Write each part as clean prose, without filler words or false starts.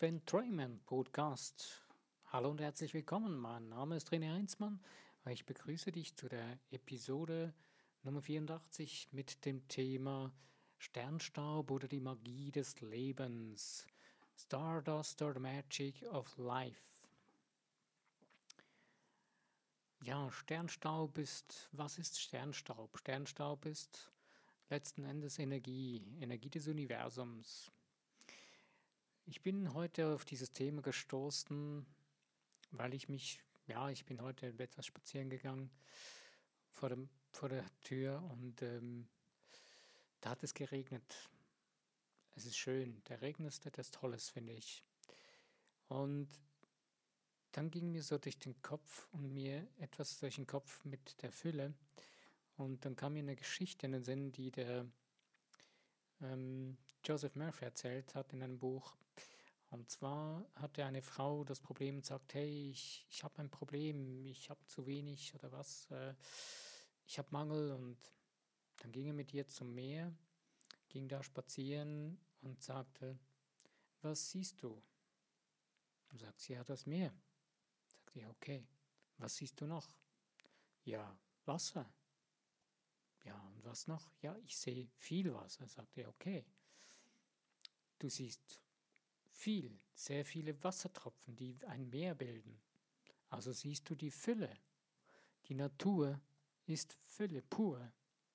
den Trayman Podcast. Hallo und herzlich willkommen. Mein Name ist René Heinzmann. Ich begrüße dich zu der Episode Nummer 84 mit dem Thema Sternstaub oder die Magie des Lebens. Stardust or the Magic of Life. Ja, was ist Sternstaub? Sternstaub ist letzten Endes Energie des Universums. Ich bin heute auf dieses Thema gestoßen, weil ich bin heute etwas spazieren gegangen vor der Tür und da hat es geregnet. Es ist schön, der Regen ist etwas Tolles, finde ich. Und dann ging mir so durch den Kopf und mir etwas durch den Kopf mit der Fülle. Und dann kam mir eine Geschichte in den Sinn, die der Joseph Murphy erzählt hat in einem Buch. Und zwar hatte eine Frau das Problem und sagt, hey, ich habe ein Problem, ich habe zu wenig oder was, ich habe Mangel. Und dann ging er mit ihr zum Meer, ging da spazieren und sagte, was siehst du? Und sagt sie, ja, das Meer. Sagt er, okay, was siehst du noch? Ja, Wasser. Ja, und was noch? Ja, ich sehe viel Wasser. Sagt er, okay, du siehst sehr viele Wassertropfen, die ein Meer bilden. Also siehst du die Fülle. Die Natur ist Fülle pur.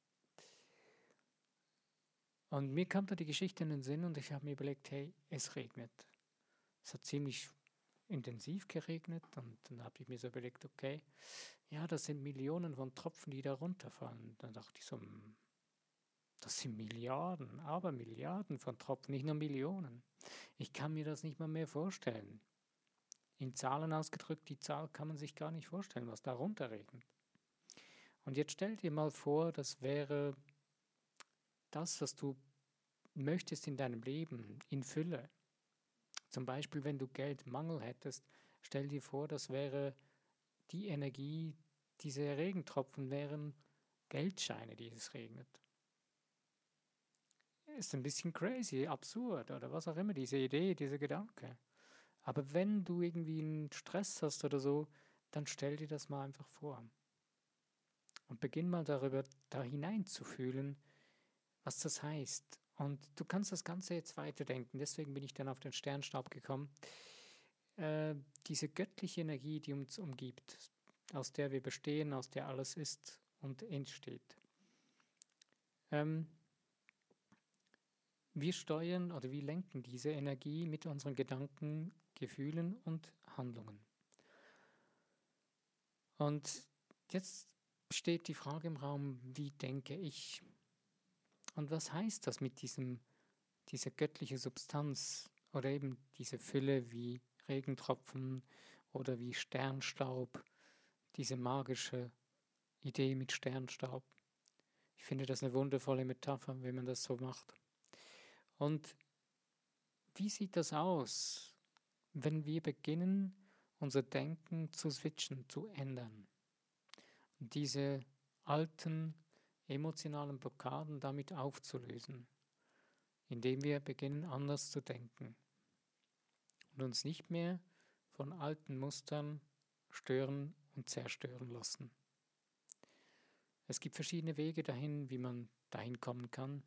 Und mir kam da die Geschichte in den Sinn und ich habe mir überlegt, hey, es regnet. Es hat ziemlich intensiv geregnet und dann habe ich mir so überlegt, okay, ja, das sind Millionen von Tropfen, die da runterfallen. Dann dachte ich so, das sind Milliarden, aber Milliarden von Tropfen, nicht nur Millionen. Ich kann mir das nicht mal mehr vorstellen. In Zahlen ausgedrückt, die Zahl kann man sich gar nicht vorstellen, was da runterregnet. Und jetzt stell dir mal vor, das wäre das, was du möchtest in deinem Leben, in Fülle. Zum Beispiel, wenn du Geldmangel hättest, stell dir vor, das wäre die Energie, diese Regentropfen wären Geldscheine, die es regnet. Ist ein bisschen crazy, absurd oder was auch immer, diese Idee, dieser Gedanke. Aber wenn du irgendwie einen Stress hast oder so, dann stell dir das mal einfach vor. Und beginn mal da hineinzufühlen, was das heißt. Und du kannst das Ganze jetzt weiterdenken. Deswegen bin ich dann auf den Sternstaub gekommen. Diese göttliche Energie, die uns umgibt, aus der wir bestehen, aus der alles ist und entsteht. Ähm, Wir steuern oder wir lenken diese Energie mit unseren Gedanken, Gefühlen und Handlungen. Und jetzt steht die Frage im Raum, wie denke ich? Und was heißt das mit dieser göttlichen Substanz oder eben diese Fülle wie Regentropfen oder wie Sternstaub, diese magische Idee mit Sternstaub? Ich finde das eine wundervolle Metapher, wenn man das so macht. Und wie sieht das aus, wenn wir beginnen, unser Denken zu switchen, zu ändern? Und diese alten emotionalen Blockaden damit aufzulösen, indem wir beginnen, anders zu denken und uns nicht mehr von alten Mustern stören und zerstören lassen. Es gibt verschiedene Wege dahin, wie man dahin kommen kann.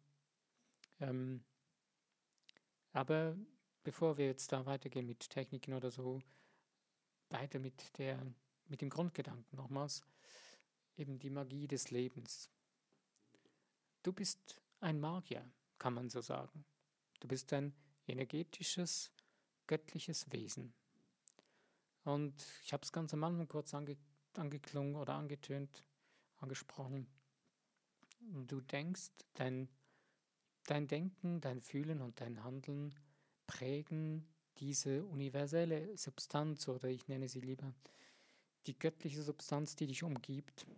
Aber bevor wir jetzt da weitergehen mit Techniken oder so, weiter mit dem Grundgedanken nochmals, eben die Magie des Lebens. Du bist ein Magier, kann man so sagen. Du bist ein energetisches, göttliches Wesen. Und ich habe es ganz am Anfang kurz angeklungen oder angesprochen. Du denkst, dein Denken, dein Fühlen und dein Handeln prägen diese universelle Substanz oder ich nenne sie lieber die göttliche Substanz, die dich umgibt,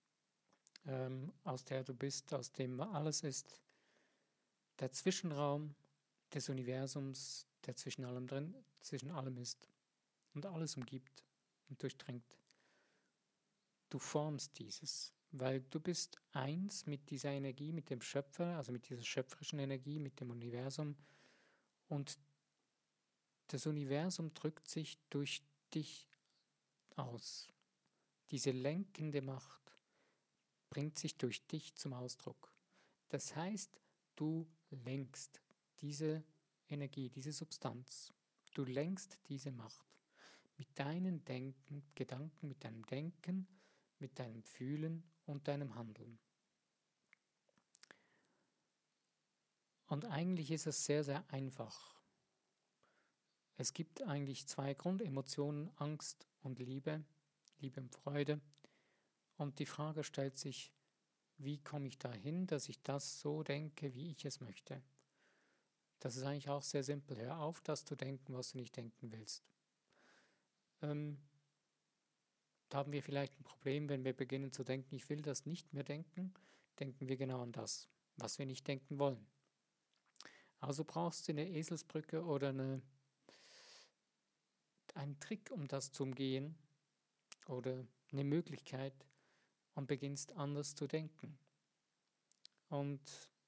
aus der du bist, aus dem alles ist, der Zwischenraum des Universums, der zwischen allem ist und alles umgibt und durchdringt. Du formst dieses, weil du bist eins mit dieser Energie, mit dem Schöpfer, also mit dieser schöpferischen Energie, mit dem Universum und Das Universum drückt sich durch dich aus. Diese lenkende Macht bringt sich durch dich zum Ausdruck. Das heißt, du lenkst diese Energie, diese Substanz. Du lenkst diese Macht mit deinen Gedanken, mit deinem Denken, mit deinem Fühlen und deinem Handeln. Und eigentlich ist es sehr, sehr einfach. Es gibt eigentlich zwei Grundemotionen, Angst und Liebe, Liebe und Freude. Und die Frage stellt sich, wie komme ich dahin, dass ich das so denke, wie ich es möchte? Das ist eigentlich auch sehr simpel. Hör auf, das zu denken, was du nicht denken willst. Da haben wir vielleicht ein Problem, wenn wir beginnen zu denken, ich will das nicht mehr denken, denken wir genau an das, was wir nicht denken wollen. Also brauchst du eine Eselsbrücke oder einen Trick, um das zu umgehen oder eine Möglichkeit und beginnst anders zu denken. Und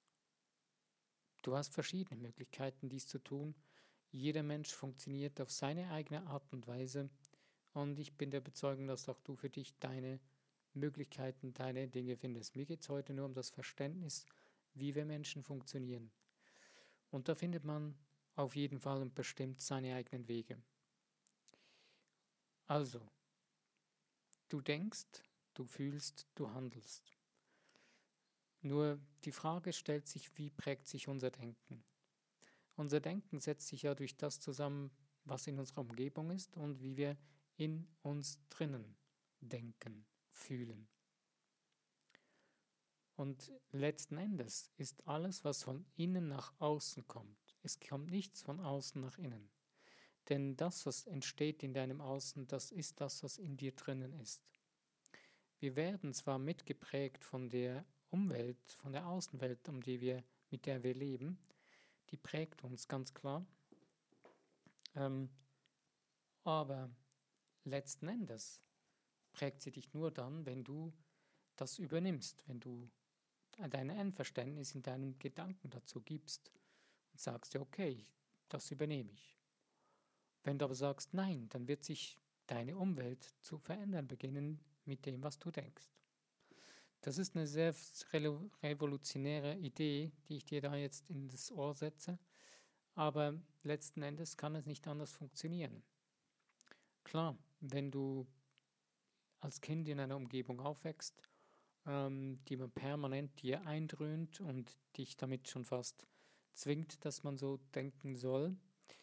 du hast verschiedene Möglichkeiten, dies zu tun. Jeder Mensch funktioniert auf seine eigene Art und Weise und ich bin der Überzeugung, dass auch du für dich deine Möglichkeiten, deine Dinge findest. Mir geht es heute nur um das Verständnis, wie wir Menschen funktionieren. Und da findet man auf jeden Fall und bestimmt seine eigenen Wege. Also, du denkst, du fühlst, du handelst. Nur die Frage stellt sich, wie prägt sich unser Denken? Unser Denken setzt sich ja durch das zusammen, was in unserer Umgebung ist und wie wir in uns drinnen denken, fühlen. Und letzten Endes ist alles, was von innen nach außen kommt. Es kommt nichts von außen nach innen. Denn das, was entsteht in deinem Außen, das ist das, was in dir drinnen ist. Wir werden zwar mitgeprägt von der Umwelt, von der Außenwelt, mit der wir leben, die prägt uns ganz klar. Aber letzten Endes prägt sie dich nur dann, wenn du das übernimmst, wenn du dein Einverständnis in deinen Gedanken dazu gibst und sagst, ja okay, das übernehme ich. Wenn du aber sagst, nein, dann wird sich deine Umwelt zu verändern beginnen mit dem, was du denkst. Das ist eine sehr revolutionäre Idee, die ich dir da jetzt in das Ohr setze, aber letzten Endes kann es nicht anders funktionieren. Klar, wenn du als Kind in einer Umgebung aufwächst, die man permanent dir eindröhnt und dich damit schon fast zwingt, dass man so denken soll,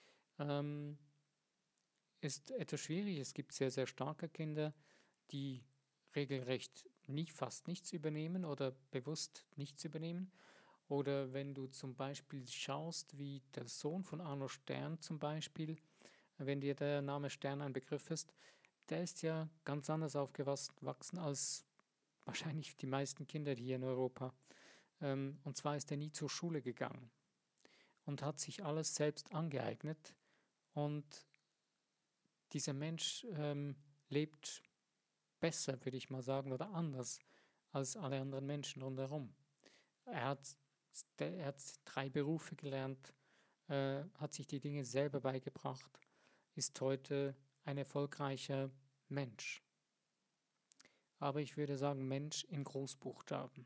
ist etwas schwierig. Es gibt sehr, sehr starke Kinder, die regelrecht fast nichts übernehmen oder bewusst nichts übernehmen. Oder wenn du zum Beispiel schaust, wie der Sohn von Arno Stern zum Beispiel, wenn dir der Name Stern ein Begriff ist, der ist ja ganz anders aufgewachsen als wahrscheinlich die meisten Kinder hier in Europa. Und zwar ist er nie zur Schule gegangen und hat sich alles selbst angeeignet. Und dieser Mensch lebt besser, würde ich mal sagen, oder anders als alle anderen Menschen rundherum. Er hat 3 Berufe gelernt, hat sich die Dinge selber beigebracht, ist heute ein erfolgreicher Mensch. Aber ich würde sagen, Mensch in Großbuchstaben.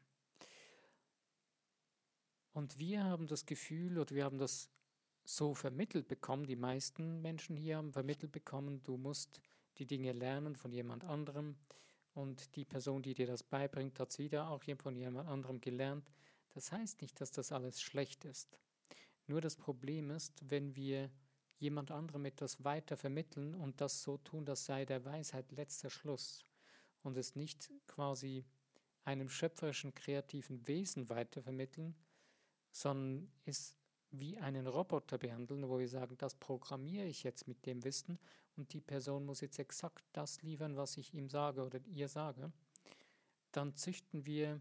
Und wir haben das Gefühl, oder wir haben das so vermittelt bekommen, die meisten Menschen hier haben vermittelt bekommen, du musst die Dinge lernen von jemand anderem und die Person, die dir das beibringt, hat es wieder auch von jemand anderem gelernt. Das heißt nicht, dass das alles schlecht ist. Nur das Problem ist, wenn wir jemand anderem etwas weiter vermitteln und das so tun, das sei der Weisheit letzter Schluss und es nicht quasi einem schöpferischen, kreativen Wesen weitervermitteln, sondern es wie einen Roboter behandeln, wo wir sagen, das programmiere ich jetzt mit dem Wissen und die Person muss jetzt exakt das liefern, was ich ihm sage oder ihr sage, dann züchten wir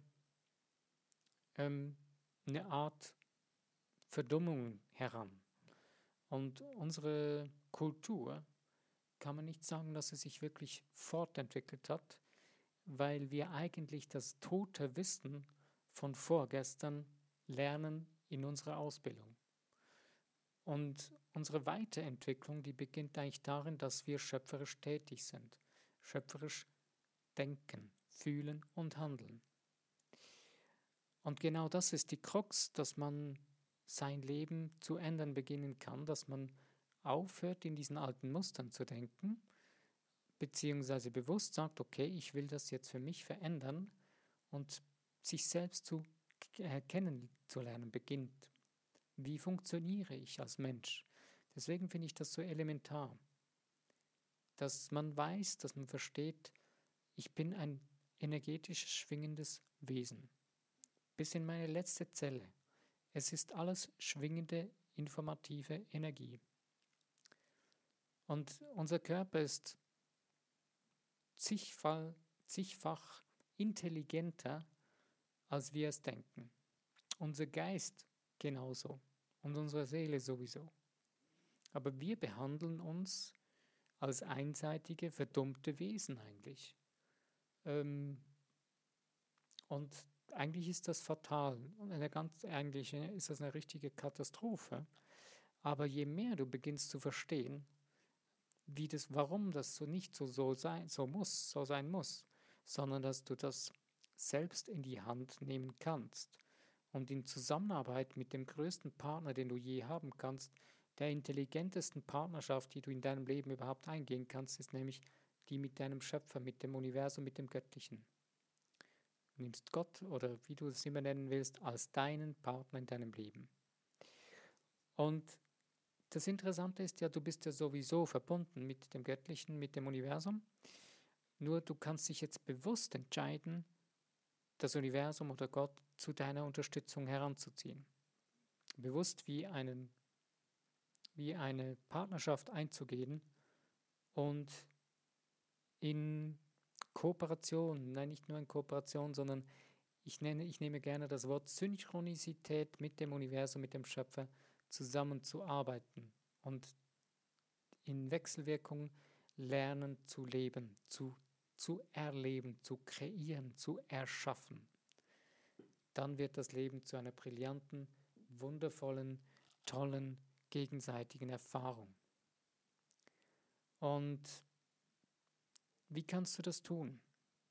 eine Art Verdummung heran. Und unsere Kultur kann man nicht sagen, dass sie sich wirklich fortentwickelt hat, weil wir eigentlich das tote Wissen von vorgestern lernen in unserer Ausbildung. Und unsere Weiterentwicklung, die beginnt eigentlich darin, dass wir schöpferisch tätig sind, schöpferisch denken, fühlen und handeln. Und genau das ist die Krux, dass man sein Leben zu ändern beginnen kann, dass man aufhört, in diesen alten Mustern zu denken, beziehungsweise bewusst sagt, okay, ich will das jetzt für mich verändern und sich selbst kennenzulernen beginnt. Wie funktioniere ich als Mensch? Deswegen finde ich das so elementar, dass man weiß, dass man versteht, ich bin ein energetisch schwingendes Wesen. Bis in meine letzte Zelle. Es ist alles schwingende, informative Energie. Und unser Körper ist zigfach intelligenter, als wir es denken. Unser Geist genauso und unsere Seele sowieso. Aber wir behandeln uns als einseitige, verdummte Wesen eigentlich. Und eigentlich ist das fatal. Und eigentlich ist das eine richtige Katastrophe. Aber je mehr du beginnst zu verstehen, warum das so sein muss, sondern dass du das selbst in die Hand nehmen kannst und in Zusammenarbeit mit dem größten Partner, den du je haben kannst, der intelligentesten Partnerschaft, die du in deinem Leben überhaupt eingehen kannst, ist nämlich die mit deinem Schöpfer, mit dem Universum, mit dem Göttlichen. Du nimmst Gott oder wie du es immer nennen willst, als deinen Partner in deinem Leben. Und das Interessante ist ja, du bist ja sowieso verbunden mit dem Göttlichen, mit dem Universum. Nur du kannst dich jetzt bewusst entscheiden, das Universum oder Gott zu deiner Unterstützung heranzuziehen. Bewusst wie eine Partnerschaft einzugehen und in Kooperation, nein, nicht nur in Kooperation, sondern ich nehme gerne das Wort Synchronizität mit dem Universum, mit dem Schöpfer zusammenzuarbeiten und in Wechselwirkung lernen zu leben, zu erleben, zu kreieren, zu erschaffen. Dann wird das Leben zu einer brillanten, wundervollen, tollen, gegenseitigen Erfahrung. Und wie kannst du das tun?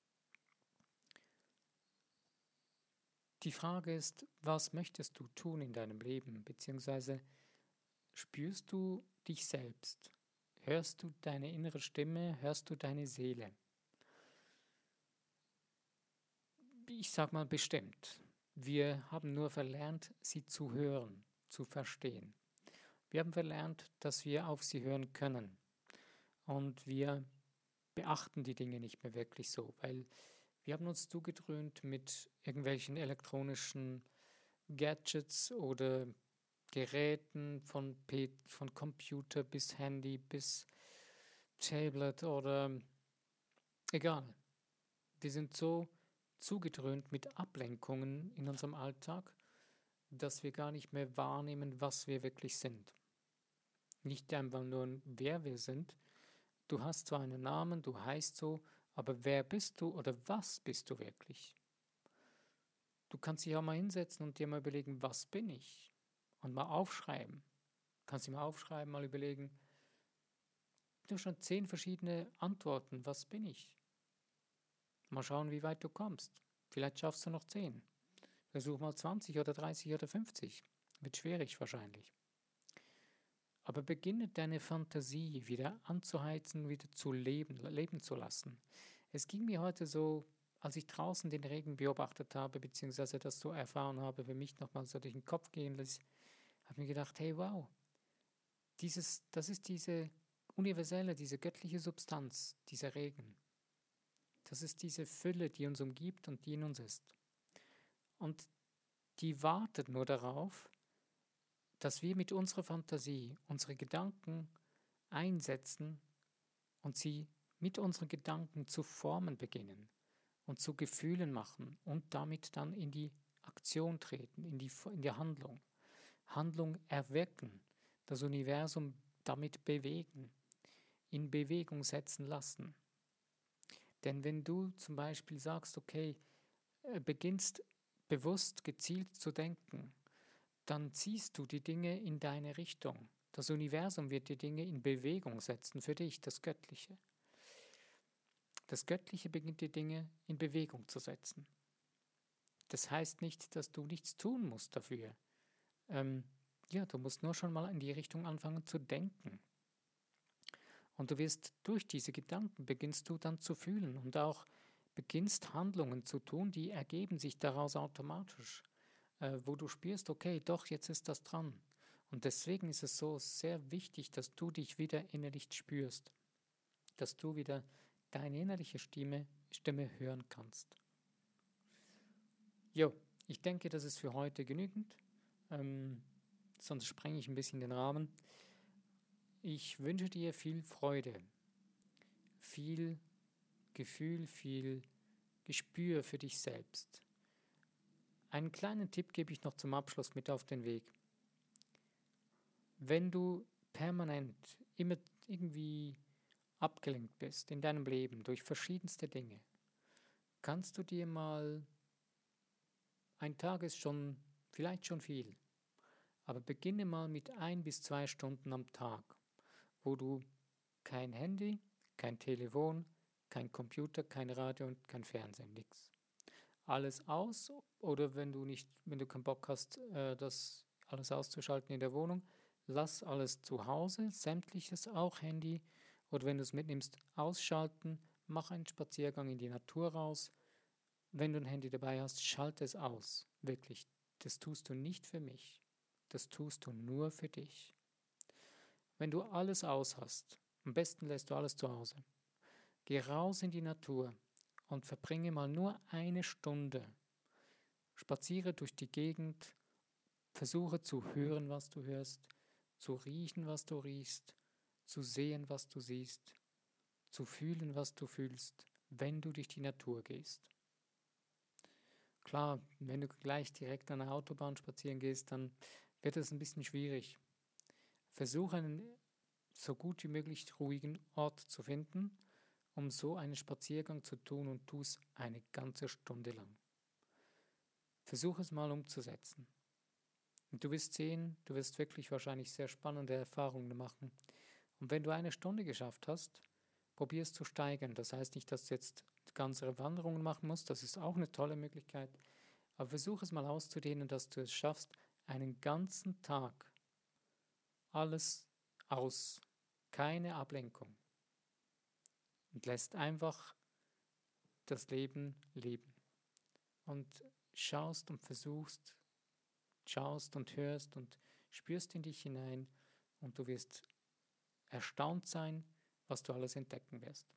Die Frage ist, was möchtest du tun in deinem Leben, beziehungsweise spürst du dich selbst? Hörst du deine innere Stimme? Hörst du deine Seele? Ich sage mal bestimmt. Wir haben nur verlernt, sie zu hören, zu verstehen. Wir haben verlernt, dass wir auf sie hören können. Und wir beachten die Dinge nicht mehr wirklich so, weil wir haben uns zugedröhnt mit irgendwelchen elektronischen Gadgets oder Geräten von Computer bis Handy bis Tablet oder egal. Wir sind so zugedröhnt mit Ablenkungen in unserem Alltag, dass wir gar nicht mehr wahrnehmen, was wir wirklich sind. Nicht einfach nur, wer wir sind. Du hast zwar einen Namen, du heißt so, aber wer bist du oder was bist du wirklich? Du kannst dich auch mal hinsetzen und dir mal überlegen, was bin ich? Und mal aufschreiben. Kannst du mal aufschreiben, mal überlegen, du hast schon 10 verschiedene Antworten, was bin ich? Mal schauen, wie weit du kommst. Vielleicht schaffst du noch 10. Versuch mal 20 oder 30 oder 50. Wird schwierig wahrscheinlich. Aber beginne deine Fantasie wieder anzuheizen, wieder zu leben zu lassen. Es ging mir heute so, als ich draußen den Regen beobachtet habe, beziehungsweise das so erfahren habe, für mich nochmal so durch den Kopf gehen ließ, habe mir gedacht, hey wow, das ist diese universelle, diese göttliche Substanz, dieser Regen. Das ist diese Fülle, die uns umgibt und die in uns ist. Und die wartet nur darauf, dass wir mit unserer Fantasie unsere Gedanken einsetzen und sie mit unseren Gedanken zu formen beginnen und zu Gefühlen machen und damit dann in die Aktion treten, in die Handlung. Handlung erwecken, das Universum damit bewegen, in Bewegung setzen lassen. Denn wenn du zum Beispiel sagst, okay, beginnst bewusst gezielt zu denken, dann ziehst du die Dinge in deine Richtung. Das Universum wird die Dinge in Bewegung setzen für dich, das Göttliche. Das Göttliche beginnt die Dinge in Bewegung zu setzen. Das heißt nicht, dass du nichts tun musst dafür. Ja, du musst nur schon mal in die Richtung anfangen zu denken. Und du wirst durch diese Gedanken beginnst du dann zu fühlen und auch beginnst Handlungen zu tun, die ergeben sich daraus automatisch, wo du spürst, okay, doch, jetzt ist das dran. Und deswegen ist es so sehr wichtig, dass du dich wieder innerlich spürst, dass du wieder deine innerliche Stimme hören kannst. Jo, ich denke, das ist für heute genügend, sonst sprenge ich ein bisschen den Rahmen. Ich wünsche dir viel Freude, viel Gefühl, viel Gespür für dich selbst. Einen kleinen Tipp gebe ich noch zum Abschluss mit auf den Weg. Wenn du permanent immer irgendwie abgelenkt bist in deinem Leben durch verschiedenste Dinge, kannst du dir mal, ein Tag ist vielleicht schon viel, aber beginne mal mit 1 bis 2 Stunden am Tag, wo du kein Handy, kein Telefon, kein Computer, kein Radio und kein Fernsehen, nichts. Alles aus, oder wenn du keinen Bock hast, das alles auszuschalten in der Wohnung, lass alles zu Hause, sämtliches, auch Handy, oder wenn du es mitnimmst, ausschalten, mach einen Spaziergang in die Natur raus. Wenn du ein Handy dabei hast, schalte es aus, wirklich. Das tust du nicht für mich, das tust du nur für dich. Wenn du alles aus hast, am besten lässt du alles zu Hause. Geh raus in die Natur und verbringe mal nur 1 Stunde. Spaziere durch die Gegend, versuche zu hören, was du hörst, zu riechen, was du riechst, zu sehen, was du siehst, zu fühlen, was du fühlst, wenn du durch die Natur gehst. Klar, wenn du gleich direkt an der Autobahn spazieren gehst, dann wird es ein bisschen schwierig. Versuche einen so gut wie möglich ruhigen Ort zu finden, um so einen Spaziergang zu tun, und tu es eine ganze Stunde lang. Versuche es mal umzusetzen. Und du wirst sehen, du wirst wirklich wahrscheinlich sehr spannende Erfahrungen machen. Und wenn du 1 Stunde geschafft hast, probier es zu steigern. Das heißt nicht, dass du jetzt ganze Wanderungen machen musst, das ist auch eine tolle Möglichkeit. Aber versuch es mal auszudehnen, dass du es schaffst, einen ganzen Tag alles aus, keine Ablenkung, und lässt einfach das Leben leben. Und schaust und versuchst, schaust und hörst und spürst in dich hinein, und du wirst erstaunt sein, was du alles entdecken wirst.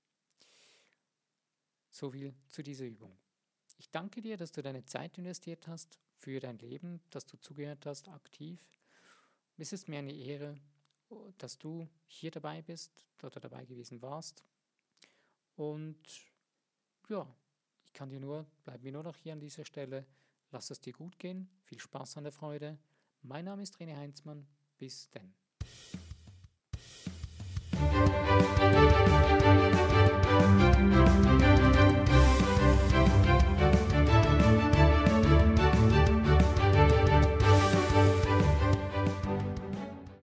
So viel zu dieser Übung. Ich danke dir, dass du deine Zeit investiert hast für dein Leben, dass du zugehört hast, aktiv. Es ist mir eine Ehre, dass du hier dabei bist oder dabei gewesen warst. Und ja, bleibt mir nur noch hier an dieser Stelle, lass es dir gut gehen, viel Spaß an der Freude. Mein Name ist René Heinzmann, bis denn.